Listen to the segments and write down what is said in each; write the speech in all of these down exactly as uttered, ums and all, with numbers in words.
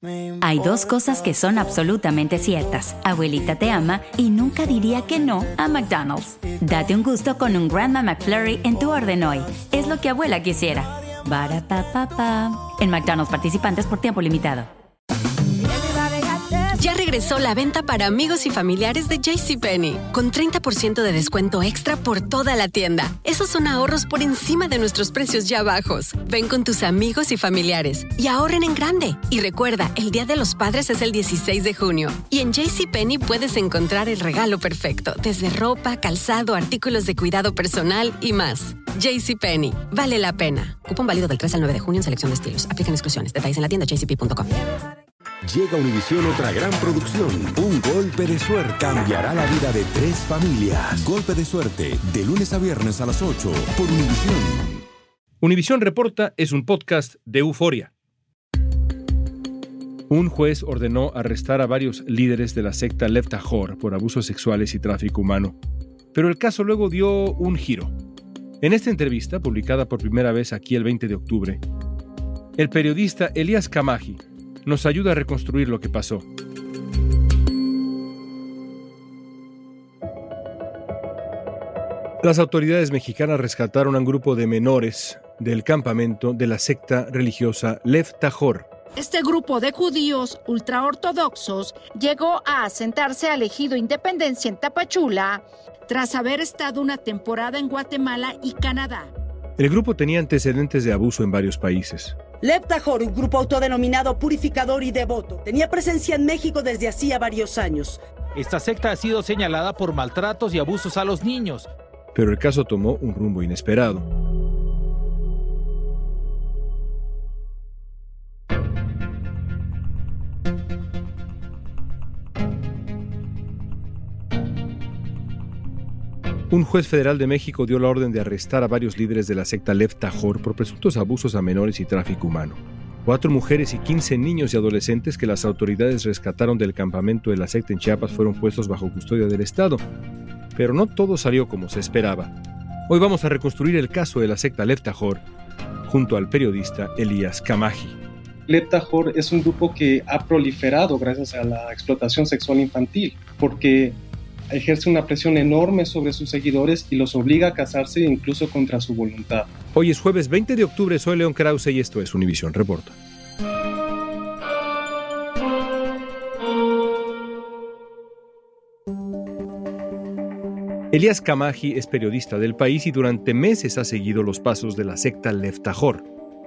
Hay dos cosas que son absolutamente ciertas. Abuelita te ama y nunca diría que no a McDonald's. Date un gusto con un Grandma McFlurry en tu orden hoy. Es lo que abuela quisiera. Barapapapa. En McDonald's participantes por tiempo limitado. Ya regresó la venta para amigos y familiares de JCPenney, con treinta por ciento de descuento extra por toda la tienda. Esos son ahorros por encima de nuestros precios ya bajos. Ven con tus amigos y familiares y ahorren en grande. Y recuerda, el Día de los Padres es el dieciséis de junio. Y en JCPenney puedes encontrar el regalo perfecto, desde ropa, calzado, artículos de cuidado personal y más. JCPenney, vale la pena. Cupón válido del tres al nueve de junio en selección de estilos. Aplican exclusiones. Detalles en la tienda jcp punto com. Llega a Univisión otra gran producción. Un golpe de suerte cambiará la vida de tres familias. Golpe de suerte, de lunes a viernes a las ocho por Univisión. Univisión Reporta es un podcast de Euforia. Un juez ordenó arrestar a varios líderes de la secta Lev Tahor por abusos sexuales y tráfico humano. Pero el caso luego dio un giro. En esta entrevista, publicada por primera vez aquí el veinte de octubre, el periodista Elias Kamahi nos ayuda a reconstruir lo que pasó. Las autoridades mexicanas rescataron a un grupo de menores del campamento de la secta religiosa Lev Tahor. Este grupo de judíos ultraortodoxos llegó a asentarse al ejido Independencia en Tapachula tras haber estado una temporada en Guatemala y Canadá. El grupo tenía antecedentes de abuso en varios países. Lev Tahor, un grupo autodenominado purificador y devoto, tenía presencia en México desde hacía varios años. Esta secta ha sido señalada por maltratos y abusos a los niños. Pero el caso tomó un rumbo inesperado. Un juez federal de México dio la orden de arrestar a varios líderes de la secta Lev Tahor por presuntos abusos a menores y tráfico humano. Cuatro mujeres y quince niños y adolescentes que las autoridades rescataron del campamento de la secta en Chiapas fueron puestos bajo custodia del Estado. Pero no todo salió como se esperaba. Hoy vamos a reconstruir el caso de la secta Lev Tahor junto al periodista Elias Kamahi. Lev Tahor es un grupo que ha proliferado gracias a la explotación sexual infantil, porque ejerce una presión enorme sobre sus seguidores y los obliga a casarse incluso contra su voluntad. Hoy es jueves veinte de octubre, soy León Krause y esto es Univisión Reporta. Elias Kamahi es periodista del país y durante meses ha seguido los pasos de la secta Lev Tahor.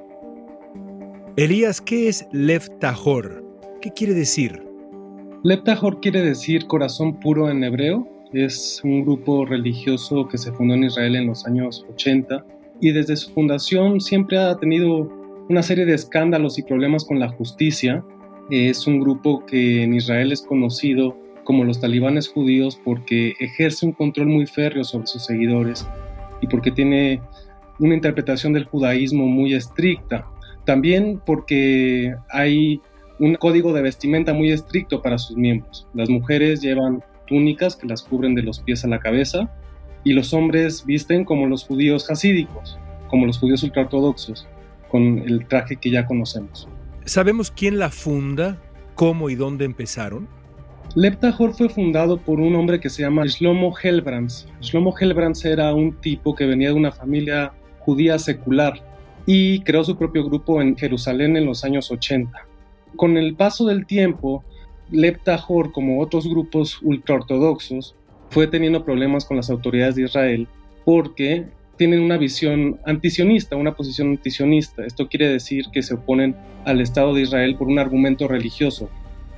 Elías, ¿qué es Lev Tahor? ¿Qué quiere decir? Lev Tahor quiere decir corazón puro en hebreo. Es un grupo religioso que se fundó en Israel en los años ochenta y desde su fundación siempre ha tenido una serie de escándalos y problemas con la justicia. Es un grupo que en Israel es conocido como los talibanes judíos porque ejerce un control muy férreo sobre sus seguidores y porque tiene una interpretación del judaísmo muy estricta. También porque hay un código de vestimenta muy estricto para sus miembros. Las mujeres llevan túnicas que las cubren de los pies a la cabeza y los hombres visten como los judíos hasídicos, como los judíos ultraortodoxos, con el traje que ya conocemos. ¿Sabemos quién la funda, cómo y dónde empezaron? Lev Tahor fue fundado por un hombre que se llama Shlomo Helbrands. Shlomo Helbrands era un tipo que venía de una familia judía secular y creó su propio grupo en Jerusalén en los años ochenta. Con el paso del tiempo, Lev Tahor, como otros grupos ultraortodoxos, fue teniendo problemas con las autoridades de Israel porque tienen una visión antisionista, una posición antisionista. Esto quiere decir que se oponen al Estado de Israel por un argumento religioso.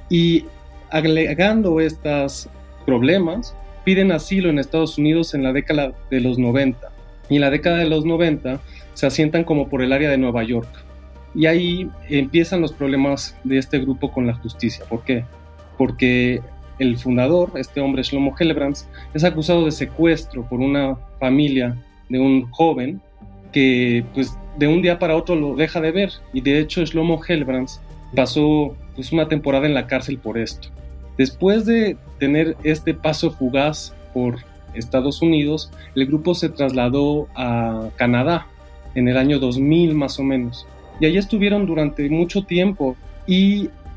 Y agregando estos problemas, piden asilo en Estados Unidos en la década de los noventa. Y en la década de los noventa se asientan como por el área de Nueva York. Y ahí empiezan los problemas de este grupo con la justicia. ¿Por qué? Porque el fundador, este hombre Shlomo Helbrands, es acusado de secuestro por una familia de un joven que pues, de un día para otro lo deja de ver. Y de hecho Shlomo Helbrands pasó pues, una temporada en la cárcel por esto. Después de tener este paso fugaz por Estados Unidos, el grupo se trasladó a Canadá en el año dos mil más o menos. Y allí estuvieron durante mucho tiempo y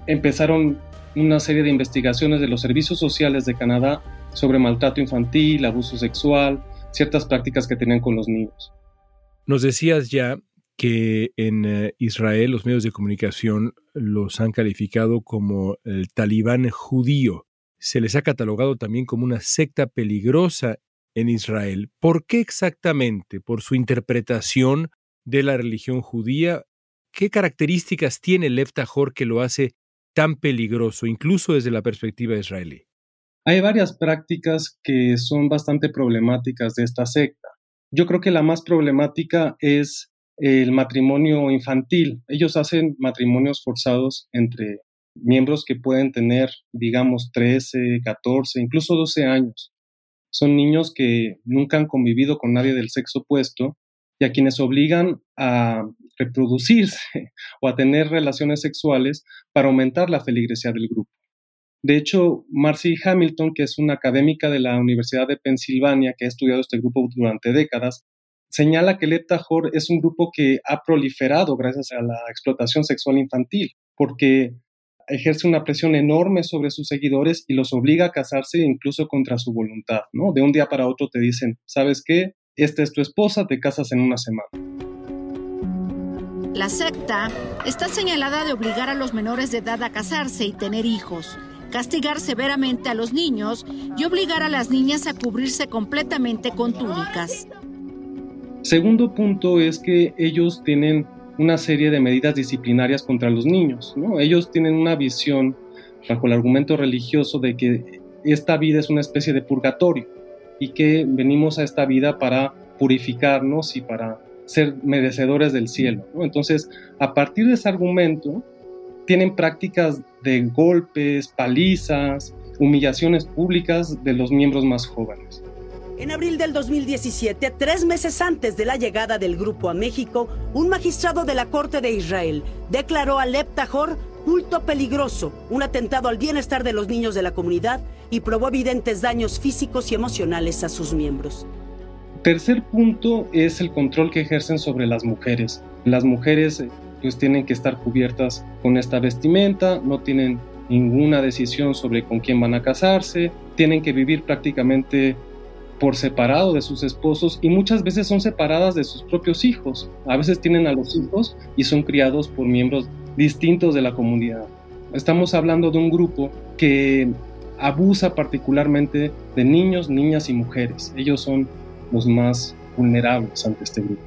empezaron una serie de investigaciones de los servicios sociales de Canadá sobre maltrato infantil, abuso sexual, ciertas prácticas que tenían con los niños. Nos decías ya que en eh, Israel los medios de comunicación los han calificado como el talibán judío. Se les ha catalogado también como una secta peligrosa en Israel. ¿Por qué exactamente? ¿Por su interpretación de la religión judía? ¿Qué características tiene Lev Tahor que lo hace tan peligroso, incluso desde la perspectiva israelí? Hay varias prácticas que son bastante problemáticas de esta secta. Yo creo que la más problemática es el matrimonio infantil. Ellos hacen matrimonios forzados entre miembros que pueden tener, digamos, trece, catorce, incluso doce años. Son niños que nunca han convivido con nadie del sexo opuesto y a quienes obligan a reproducirse o a tener relaciones sexuales para aumentar la feligresía del grupo. De hecho, Marcy Hamilton, que es una académica de la Universidad de Pensilvania que ha estudiado este grupo durante décadas, señala que Lev Tahor es un grupo que ha proliferado gracias a la explotación sexual infantil, porque ejerce una presión enorme sobre sus seguidores y los obliga a casarse incluso contra su voluntad, ¿no? De un día para otro te dicen, ¿sabes qué? Esta es tu esposa, te casas en una semana. La secta está señalada de obligar a los menores de edad a casarse y tener hijos, castigar severamente a los niños y obligar a las niñas a cubrirse completamente con túnicas. Segundo punto es que ellos tienen una serie de medidas disciplinarias contra los niños, ¿no? Ellos tienen una visión bajo el argumento religioso de que esta vida es una especie de purgatorio y que venimos a esta vida para purificarnos y para ser merecedores del cielo, ¿no? Entonces, a partir de ese argumento, tienen prácticas de golpes, palizas, humillaciones públicas de los miembros más jóvenes. En abril del dos mil diecisiete, tres meses antes de la llegada del grupo a México, un magistrado de la Corte de Israel declaró a Lev Tahor culto peligroso, un atentado al bienestar de los niños de la comunidad y probó evidentes daños físicos y emocionales a sus miembros. Tercer punto es el control que ejercen sobre las mujeres. Las mujeres pues tienen que estar cubiertas con esta vestimenta, no tienen ninguna decisión sobre con quién van a casarse, tienen que vivir prácticamente por separado de sus esposos y muchas veces son separadas de sus propios hijos. A veces tienen a los hijos y son criados por miembros distintos de la comunidad. Estamos hablando de un grupo que abusa particularmente de niños, niñas y mujeres. Ellos son los más vulnerables ante este grupo.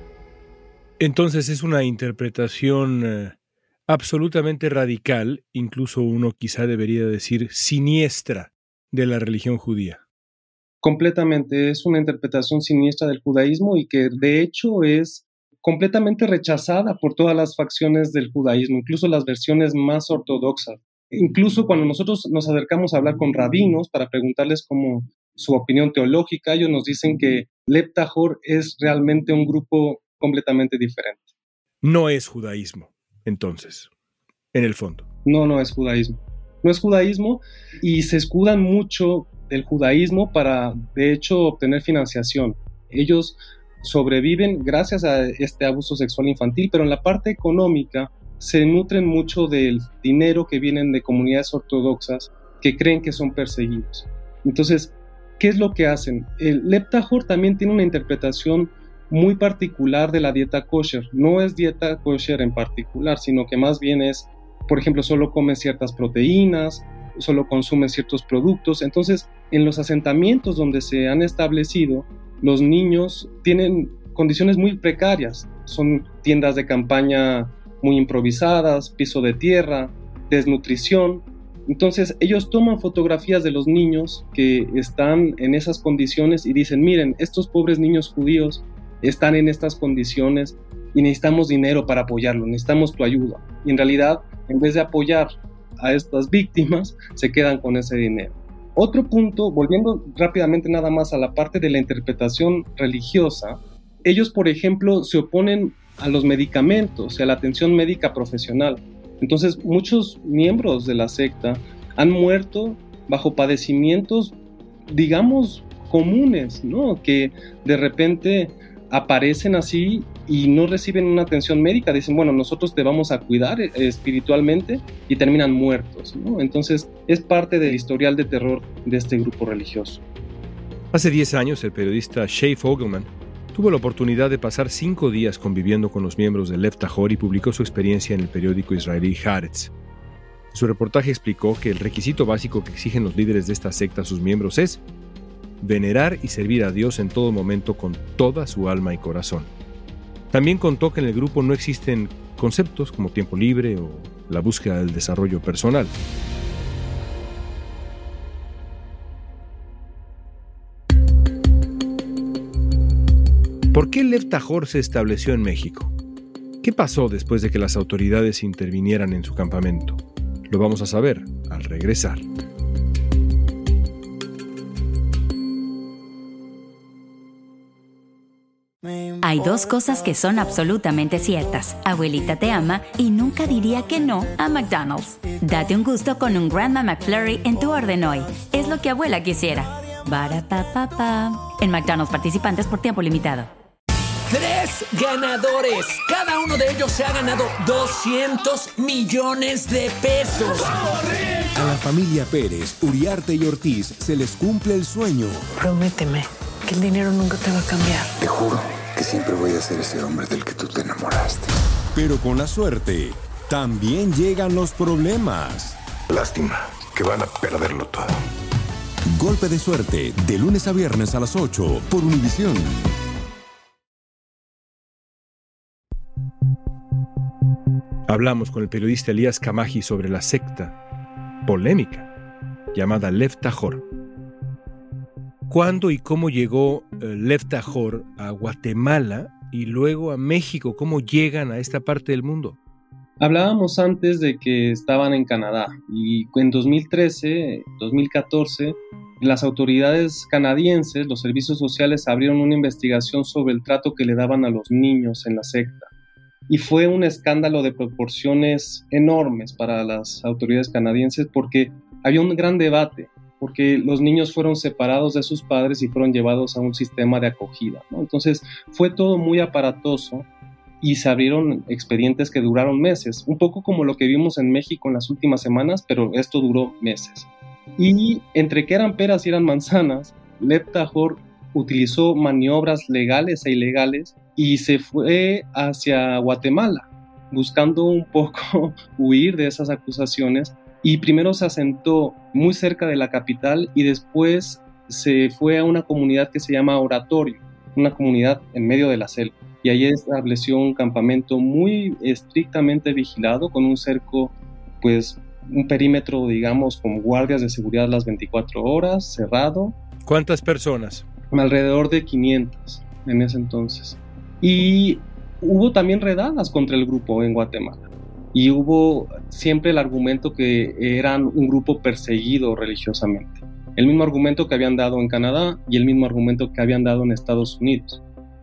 Entonces es una interpretación eh, absolutamente radical, incluso uno quizá debería decir siniestra, de la religión judía. Completamente, es una interpretación siniestra del judaísmo y que de hecho es completamente rechazada por todas las facciones del judaísmo, incluso las versiones más ortodoxas. Incluso cuando nosotros nos acercamos a hablar con rabinos para preguntarles como su opinión teológica, ellos nos dicen que Lev Tahor es realmente un grupo completamente diferente. No es judaísmo, entonces, en el fondo. No, no es judaísmo. No es judaísmo y se escudan mucho del judaísmo para, de hecho, obtener financiación. Ellos sobreviven gracias a este abuso sexual infantil, pero en la parte económica se nutren mucho del dinero que vienen de comunidades ortodoxas que creen que son perseguidos. Entonces, ¿qué es lo que hacen? El Lev Tahor también tiene una interpretación muy particular de la dieta kosher. No es dieta kosher en particular, sino que más bien es, por ejemplo, solo comen ciertas proteínas, solo consumen ciertos productos. Entonces, en los asentamientos donde se han establecido, los niños tienen condiciones muy precarias. Son tiendas de campaña muy improvisadas, piso de tierra, desnutrición. Entonces, ellos toman fotografías de los niños que están en esas condiciones y dicen, miren, estos pobres niños judíos están en estas condiciones y necesitamos dinero para apoyarlos, necesitamos tu ayuda. Y en realidad, en vez de apoyar a estas víctimas, se quedan con ese dinero. Otro punto, volviendo rápidamente nada más a la parte de la interpretación religiosa, ellos, por ejemplo, se oponen a los medicamentos y a la atención médica profesional. Entonces, muchos miembros de la secta han muerto bajo padecimientos, digamos, comunes, ¿no? Que de repente aparecen así y no reciben una atención médica. Dicen, bueno, nosotros te vamos a cuidar espiritualmente, y terminan muertos, ¿no? Entonces es parte del historial de terror de este grupo religioso. Hace diez años, el periodista Shea Fogelman tuvo la oportunidad de pasar cinco días conviviendo con los miembros del Lev Tahor y publicó su experiencia en el periódico israelí Haaretz. En su reportaje explicó que el requisito básico que exigen los líderes de esta secta a sus miembros es venerar y servir a Dios en todo momento con toda su alma y corazón. También contó que en el grupo no existen conceptos como tiempo libre o la búsqueda del desarrollo personal. ¿Por qué el Lev Tahor se estableció en México? ¿Qué pasó después de que las autoridades intervinieran en su campamento? Lo vamos a saber al regresar. Hay dos cosas que son absolutamente ciertas. Abuelita te ama y nunca diría que no a McDonald's. Date un gusto con un Grandma McFlurry en tu orden hoy. Es lo que abuela quisiera. Barapapapa. En McDonald's participantes por tiempo limitado. Tres ganadores. Cada uno de ellos se ha ganado doscientos millones de pesos. A la familia Pérez, Uriarte y Ortiz se les cumple el sueño. Prométeme que el dinero nunca te va a cambiar. Te juro que siempre voy a ser ese hombre del que tú te enamoraste. Pero con la suerte, también llegan los problemas. Lástima que van a perderlo todo. Golpe de suerte, de lunes a viernes a las ocho, por Univisión. Hablamos con el periodista Elías Kamaji sobre la secta polémica llamada Lev Tahor. ¿Cuándo y cómo llegó el Lev Tahor a Guatemala y luego a México? ¿Cómo llegan a esta parte del mundo? Hablábamos antes de que estaban en Canadá, y en dos mil trece, dos mil catorce, las autoridades canadienses, los servicios sociales, abrieron una investigación sobre el trato que le daban a los niños en la secta. Y fue un escándalo de proporciones enormes para las autoridades canadienses, porque había un gran debate, porque los niños fueron separados de sus padres y fueron llevados a un sistema de acogida, ¿no? Entonces fue todo muy aparatoso y se abrieron expedientes que duraron meses, un poco como lo que vimos en México en las últimas semanas, pero esto duró meses. Y entre que eran peras y eran manzanas, Lev Tahor utilizó maniobras legales e ilegales y se fue hacia Guatemala, buscando un poco huir de esas acusaciones. Y primero se asentó muy cerca de la capital y después se fue a una comunidad que se llama Oratorio, una comunidad en medio de la selva. Y allí estableció un campamento muy estrictamente vigilado, con un cerco, pues un perímetro, digamos, con guardias de seguridad las veinticuatro horas, cerrado. ¿Cuántas personas? Alrededor de quinientas en ese entonces. Y hubo también redadas contra el grupo en Guatemala. Y hubo siempre el argumento que eran un grupo perseguido religiosamente. El mismo argumento que habían dado en Canadá y el mismo argumento que habían dado en Estados Unidos.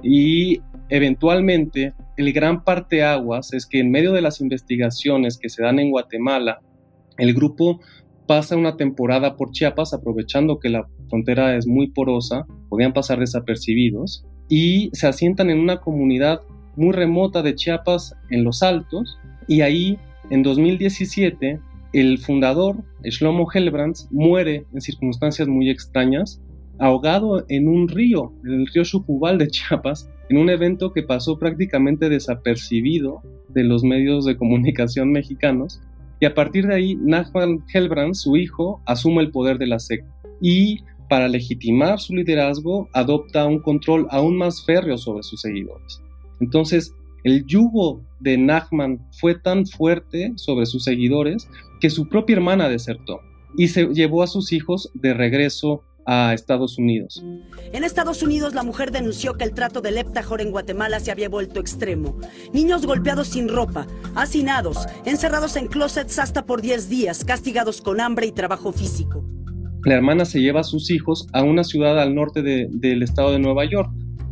Y eventualmente el gran parteaguas es que en medio de las investigaciones que se dan en Guatemala, el grupo pasa una temporada por Chiapas, aprovechando que la frontera es muy porosa, podían pasar desapercibidos, y se asientan en una comunidad muy remota de Chiapas, en los Altos. Y ahí, en dos mil diecisiete, el fundador, Shlomo Helbrands, muere en circunstancias muy extrañas, ahogado en un río, en el río Xujubal de Chiapas, en un evento que pasó prácticamente desapercibido de los medios de comunicación mexicanos. Y a partir de ahí, Nachman Helbrands, su hijo, asume el poder de la secta. Y para legitimar su liderazgo, adopta un control aún más férreo sobre sus seguidores. Entonces, el yugo de Nachman fue tan fuerte sobre sus seguidores que su propia hermana desertó y se llevó a sus hijos de regreso a Estados Unidos. En Estados Unidos, la mujer denunció que el trato de Lev Tahor en Guatemala se había vuelto extremo. Niños golpeados sin ropa, hacinados, encerrados en closets hasta por diez días, castigados con hambre y trabajo físico. La hermana se lleva a sus hijos a una ciudad al norte de, del estado de Nueva York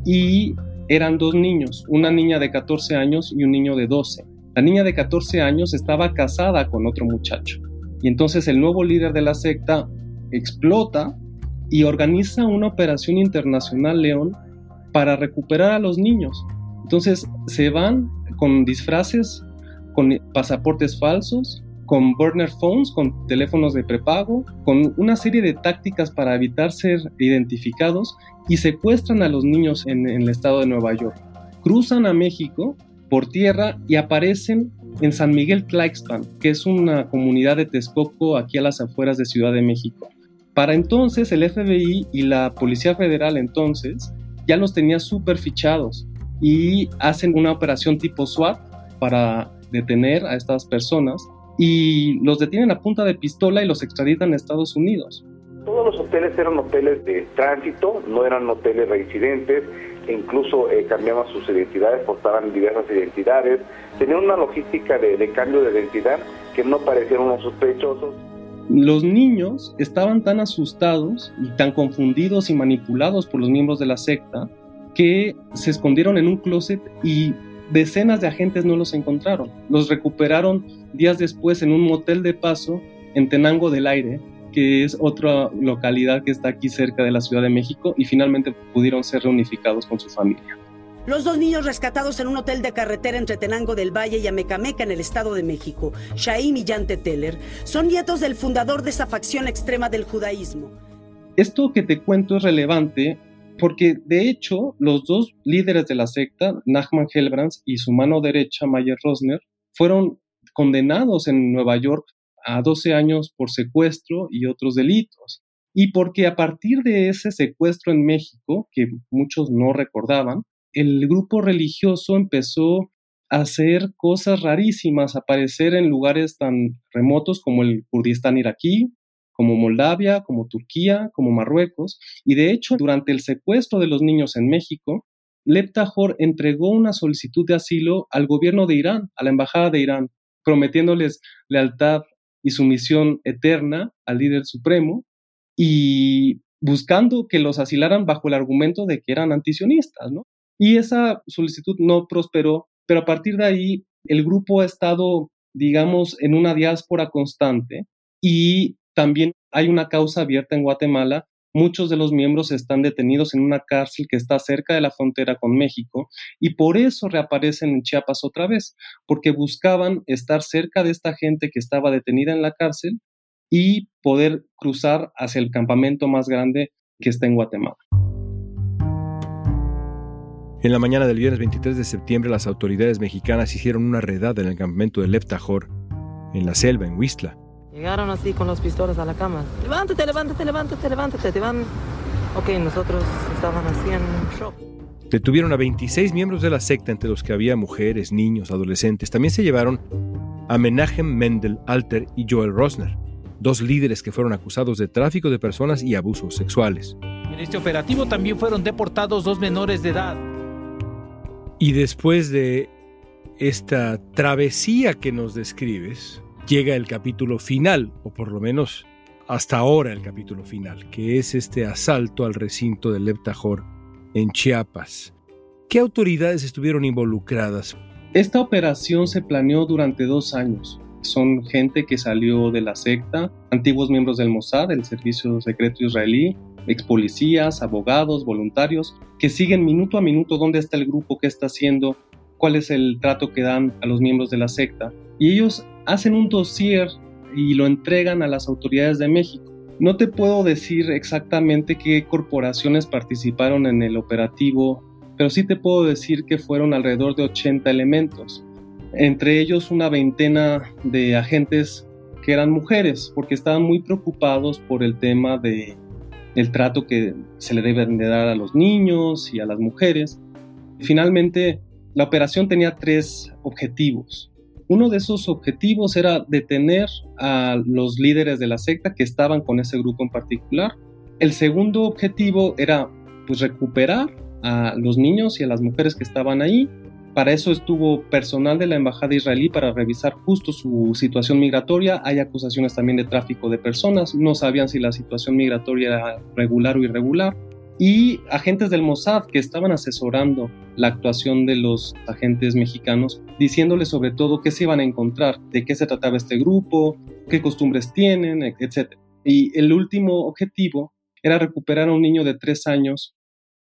y eran dos niños, una niña de catorce años y un niño de doce. La niña de catorce años estaba casada con otro muchacho y entonces el nuevo líder de la secta explota y organiza una operación internacional, León, para recuperar a los niños. Entonces se van con disfraces, con pasaportes falsos, con burner phones, con teléfonos de prepago, con una serie de tácticas para evitar ser identificados y secuestran a los niños en, en el estado de Nueva York. Cruzan a México por tierra y aparecen en San Miguel Tlaixpan, que es una comunidad de Texcoco aquí a las afueras de Ciudad de México. Para entonces el F B I y la Policía Federal entonces ya los tenía súper fichados y hacen una operación tipo SWAT para detener a estas personas y los detienen a punta de pistola y los extraditan a Estados Unidos. Todos los hoteles eran hoteles de tránsito, no eran hoteles reincidentes, e incluso eh, cambiaban sus identidades, portaban diversas identidades, tenían una logística de, de cambio de identidad que no parecían unos sospechosos. Los niños estaban tan asustados y tan confundidos y manipulados por los miembros de la secta que se escondieron en un closet y decenas de agentes no los encontraron. Los recuperaron días después en un motel de paso en Tenango del Aire, que es otra localidad que está aquí cerca de la Ciudad de México, y finalmente pudieron ser reunificados con su familia. Los dos niños rescatados en un hotel de carretera entre Tenango del Valle y Amecameca en el Estado de México, Shaim y Yante Teller, son nietos del fundador de esa facción extrema del judaísmo. Esto que te cuento es relevante porque, de hecho, los dos líderes de la secta, Nachman Gelbrands y su mano derecha, Mayer Rosner, fueron condenados en Nueva York a doce años por secuestro y otros delitos. Y porque a partir de ese secuestro en México, que muchos no recordaban, el grupo religioso empezó a hacer cosas rarísimas, a aparecer en lugares tan remotos como el Kurdistán iraquí, como Moldavia, como Turquía, como Marruecos. Y de hecho, durante el secuestro de los niños en México, Lev Tahor entregó una solicitud de asilo al gobierno de Irán, a la embajada de Irán, prometiéndoles lealtad y sumisión eterna al líder supremo y buscando que los asilaran bajo el argumento de que eran antisionistas, ¿no? Y esa solicitud no prosperó, pero a partir de ahí el grupo ha estado, digamos, en una diáspora constante y también hay una causa abierta en Guatemala. Muchos de los miembros están detenidos en una cárcel que está cerca de la frontera con México y por eso reaparecen en Chiapas otra vez, porque buscaban estar cerca de esta gente que estaba detenida en la cárcel y poder cruzar hacia el campamento más grande que está en Guatemala. En la mañana del viernes veintitrés de septiembre, las autoridades mexicanas hicieron una redada en el campamento de Lev Tahor, en la selva, en Huistla. Llegaron así con los pistolas a la cama. Levántate, levántate, levántate, levántate. Te van... Ok, nosotros estaban así en shock. Detuvieron a veintiséis miembros de la secta, entre los que había mujeres, niños, adolescentes. También se llevaron a Menachem Mendel Alter y Joel Rosner, dos líderes que fueron acusados de tráfico de personas y abusos sexuales. En este operativo también fueron deportados dos menores de edad. Y después de esta travesía que nos describes, llega el capítulo final, o por lo menos hasta ahora el capítulo final, que es este asalto al recinto de Lev Tahor en Chiapas. ¿Qué autoridades estuvieron involucradas? Esta operación se planeó durante dos años. Son gente que salió de la secta, antiguos miembros del Mossad, el servicio secreto israelí, ex policías, abogados, voluntarios, que siguen minuto a minuto dónde está el grupo, qué está haciendo, cuál es el trato que dan a los miembros de la secta. Y ellos hacen un dossier y lo entregan a las autoridades de México. No te puedo decir exactamente qué corporaciones participaron en el operativo, pero sí te puedo decir que fueron alrededor de ochenta elementos. Entre ellos una veintena de agentes que eran mujeres, porque estaban muy preocupados por el tema de el trato que se le debe de dar a los niños y a las mujeres. Finalmente, la operación tenía tres objetivos. Uno de esos objetivos era detener a los líderes de la secta que estaban con ese grupo en particular. El segundo objetivo era pues, recuperar a los niños y a las mujeres que estaban ahí. Para eso estuvo personal de la embajada israelí para revisar justo su situación migratoria. Hay acusaciones también de tráfico de personas. No sabían si la situación migratoria era regular o irregular. Y agentes del Mossad que estaban asesorando la actuación de los agentes mexicanos, diciéndoles sobre todo qué se iban a encontrar, de qué se trataba este grupo, qué costumbres tienen, etcétera. Y el último objetivo era recuperar a un niño de tres años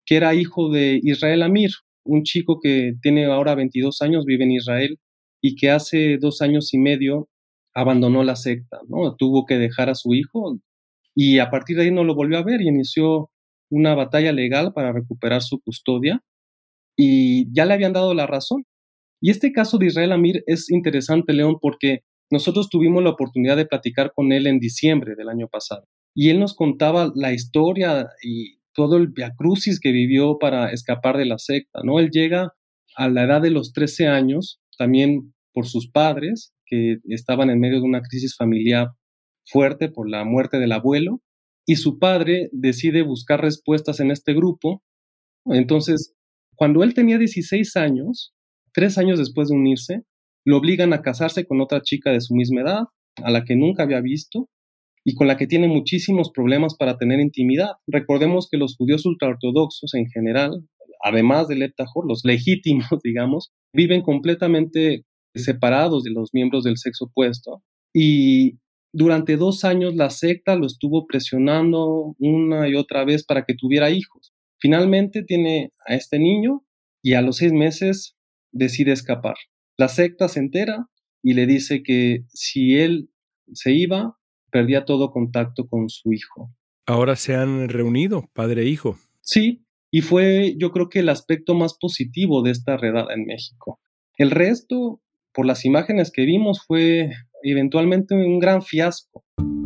que era hijo de Israel Amir, un chico que tiene ahora veintidós años, vive en Israel, y que hace dos años y medio abandonó la secta, ¿no? Tuvo que dejar a su hijo y a partir de ahí no lo volvió a ver y inició una batalla legal para recuperar su custodia y ya le habían dado la razón. Y este caso de Israel Amir es interesante, León, porque nosotros tuvimos la oportunidad de platicar con él en diciembre del año pasado y él nos contaba la historia y todo el viacrucis que vivió para escapar de la secta, ¿no? Él llega a la edad de los trece años, también por sus padres, que estaban en medio de una crisis familiar fuerte por la muerte del abuelo, y su padre decide buscar respuestas en este grupo. Entonces, cuando él tenía dieciséis años, tres años después de unirse, lo obligan a casarse con otra chica de su misma edad, a la que nunca había visto, y con la que tiene muchísimos problemas para tener intimidad. Recordemos que los judíos ultraortodoxos en general, además del Lepta Hor, los legítimos, digamos, viven completamente separados de los miembros del sexo opuesto. Y durante dos años la secta lo estuvo presionando una y otra vez para que tuviera hijos. Finalmente tiene a este niño y a los seis meses decide escapar. La secta se entera y le dice que si él se iba, perdía todo contacto con su hijo. Ahora se han reunido, padre e hijo. Sí, y fue yo creo que el aspecto más positivo de esta redada en México. El resto, por las imágenes que vimos, fue eventualmente un gran fiasco.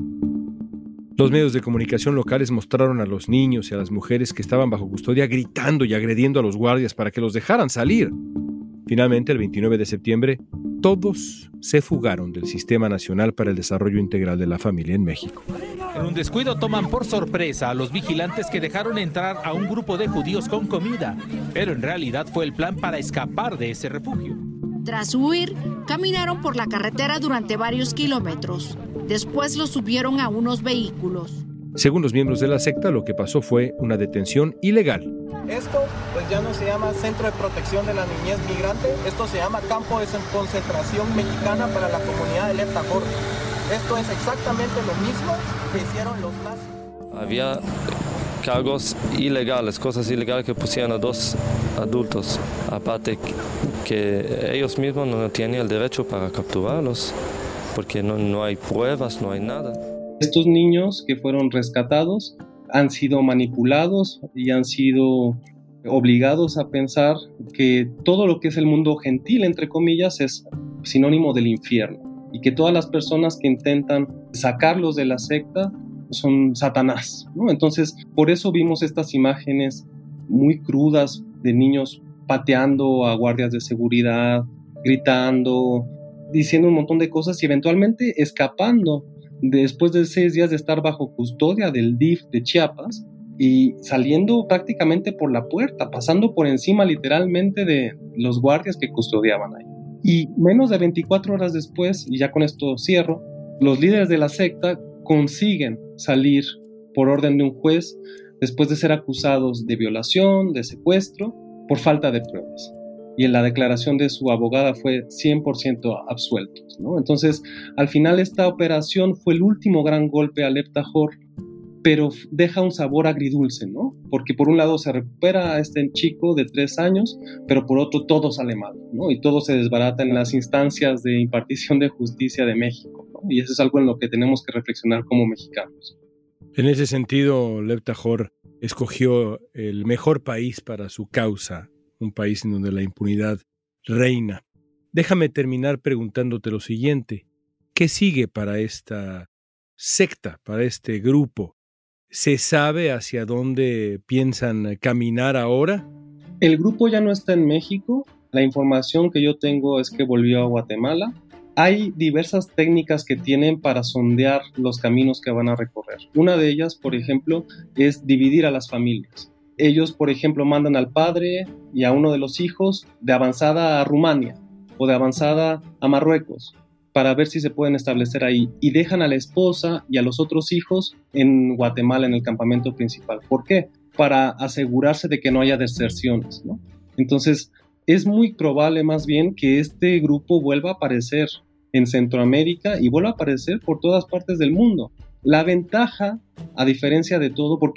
Los medios de comunicación locales mostraron a los niños y a las mujeres que estaban bajo custodia gritando y agrediendo a los guardias para que los dejaran salir. Finalmente, el veintinueve de septiembre, todos se fugaron del Sistema Nacional para el Desarrollo Integral de la Familia en México. En un descuido toman por sorpresa a los vigilantes que dejaron entrar a un grupo de judíos con comida, pero en realidad fue el plan para escapar de ese refugio. Tras huir, caminaron por la carretera durante varios kilómetros. Después los subieron a unos vehículos. Según los miembros de la secta, lo que pasó fue una detención ilegal. Esto pues ya no se llama Centro de Protección de la Niñez Migrante, esto se llama Campo de Concentración Mexicana para la Comunidad de Lepta Hor. Esto es exactamente lo mismo que hicieron los nazis. Había cargos ilegales, cosas ilegales que pusieron a dos adultos, aparte que ellos mismos no tienen el derecho para capturarlos, porque no, no hay pruebas, no hay nada. Estos niños que fueron rescatados han sido manipulados y han sido obligados a pensar que todo lo que es el mundo gentil, entre comillas, es sinónimo del infierno y que todas las personas que intentan sacarlos de la secta son Satanás, ¿no? Entonces, por eso vimos estas imágenes muy crudas de niños pateando a guardias de seguridad, gritando, diciendo un montón de cosas y eventualmente escapando después de seis días de estar bajo custodia del D I F de Chiapas y saliendo prácticamente por la puerta, pasando por encima literalmente de los guardias que custodiaban ahí. Y menos de veinticuatro horas después, y ya con esto cierro, los líderes de la secta consiguen salir por orden de un juez después de ser acusados de violación, de secuestro, por falta de pruebas. Y en la declaración de su abogada fue cien por ciento absueltos, ¿no? Entonces, al final esta operación fue el último gran golpe a Lepta Hor, pero deja un sabor agridulce, ¿no? Porque por un lado se recupera a este chico de tres años, pero por otro todo sale mal, ¿no? Y todo se desbarata en las instancias de impartición de justicia de México, ¿no? Y eso es algo en lo que tenemos que reflexionar como mexicanos. En ese sentido, Lepta Hor escogió el mejor país para su causa, un país en donde la impunidad reina. Déjame terminar preguntándote lo siguiente. ¿Qué sigue para esta secta, para este grupo? ¿Se sabe hacia dónde piensan caminar ahora? El grupo ya no está en México. La información que yo tengo es que volvió a Guatemala. Hay diversas técnicas que tienen para sondear los caminos que van a recorrer. Una de ellas, por ejemplo, es dividir a las familias. Ellos, por ejemplo, mandan al padre y a uno de los hijos de avanzada a Rumania o de avanzada a Marruecos para ver si se pueden establecer ahí y dejan a la esposa y a los otros hijos en Guatemala, en el campamento principal. ¿Por qué? Para asegurarse de que no haya deserciones, ¿no? Entonces, es muy probable más bien que este grupo vuelva a aparecer en Centroamérica y vuelva a aparecer por todas partes del mundo. La ventaja, a diferencia de todo, porque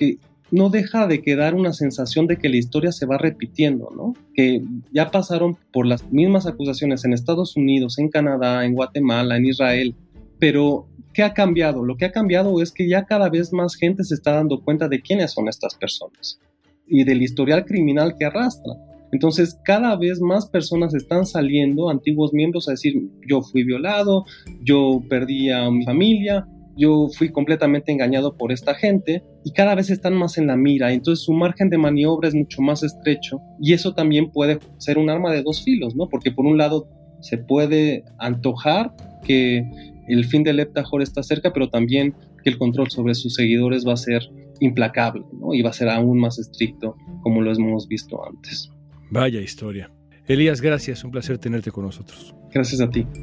no deja de quedar una sensación de que la historia se va repitiendo, ¿no? Que ya pasaron por las mismas acusaciones en Estados Unidos, en Canadá, en Guatemala, en Israel, pero ¿qué ha cambiado? Lo que ha cambiado es que ya cada vez más gente se está dando cuenta de quiénes son estas personas y del historial criminal que arrastran. Entonces, cada vez más personas están saliendo, antiguos miembros, a decir, yo fui violado, yo perdí a mi familia, yo fui completamente engañado por esta gente, y cada vez están más en la mira. Entonces, su margen de maniobra es mucho más estrecho, y eso también puede ser un arma de dos filos, ¿no? Porque por un lado se puede antojar que el fin del Leptahor está cerca, pero también que el control sobre sus seguidores va a ser implacable, ¿no? Y va a ser aún más estricto, como lo hemos visto antes. Vaya historia. Elías, gracias. Un placer tenerte con nosotros. Gracias a ti.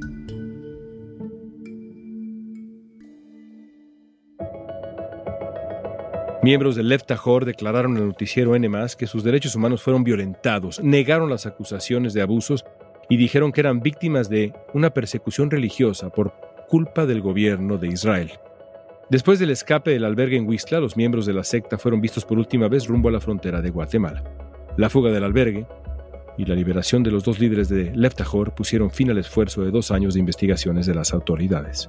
Miembros del Leptahor declararon al noticiero N más que sus derechos humanos fueron violentados, negaron las acusaciones de abusos y dijeron que eran víctimas de una persecución religiosa por culpa del gobierno de Israel. Después del escape del albergue en Huixla, los miembros de la secta fueron vistos por última vez rumbo a la frontera de Guatemala. La fuga del albergue y la liberación de los dos líderes de Leptahor pusieron fin al esfuerzo de dos años de investigaciones de las autoridades.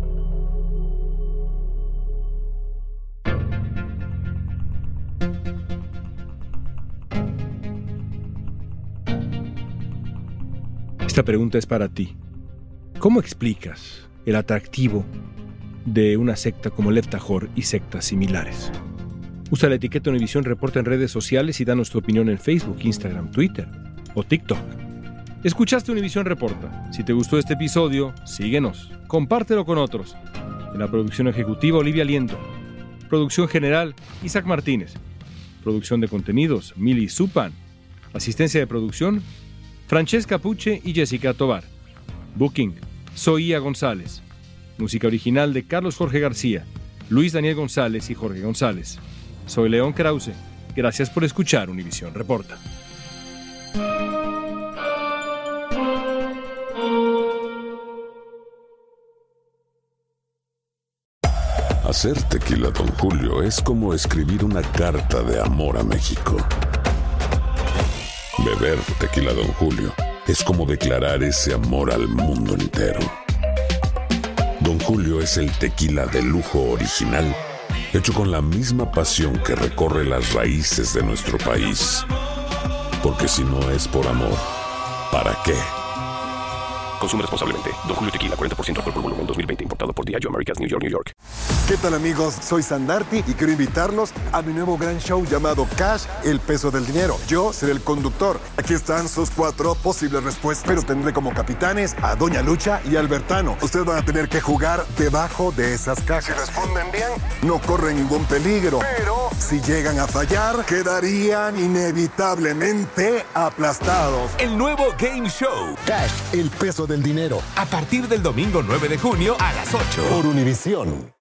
Esta pregunta es para ti. ¿Cómo explicas el atractivo de una secta como Leptahor y sectas similares? Usa la etiqueta Univisión Reporta en redes sociales y danos tu opinión en Facebook, Instagram, Twitter o TikTok. Escuchaste Univisión Reporta. Si te gustó este episodio, síguenos. Compártelo con otros. En la producción ejecutiva, Olivia Liendo. Producción general, Isaac Martínez. Producción de contenidos, Mili Supan. Asistencia de producción, Francesca Puche y Jessica Tovar. Booking, Zoía González. Música original de Carlos Jorge García, Luis Daniel González y Jorge González. Soy León Krause. Gracias por escuchar Univisión Reporta. Hacer tequila Don Julio es como escribir una carta de amor a México. Beber tequila Don Julio es como declarar ese amor al mundo entero. Don Julio es el tequila de lujo original, hecho con la misma pasión que recorre las raíces de nuestro país. Porque si no es por amor, ¿para qué? Consume responsablemente. Don Julio Tequila, cuarenta por ciento alcohol por volumen, dos mil veinte, importado por Diageo Americas, New York, New York. ¿Qué tal, amigos? Soy Sandarti y quiero invitarlos a mi nuevo gran show llamado Cash, el peso del dinero. Yo seré el conductor. Aquí están sus cuatro posibles respuestas, pero tendré como capitanes a Doña Lucha y Albertano. Ustedes van a tener que jugar debajo de esas cajas. Si responden bien, no corren ningún peligro. Pero si llegan a fallar, quedarían inevitablemente aplastados. El nuevo Game Show. Cash, el peso del dinero. A partir del domingo nueve de junio a las ocho. Por Univisión.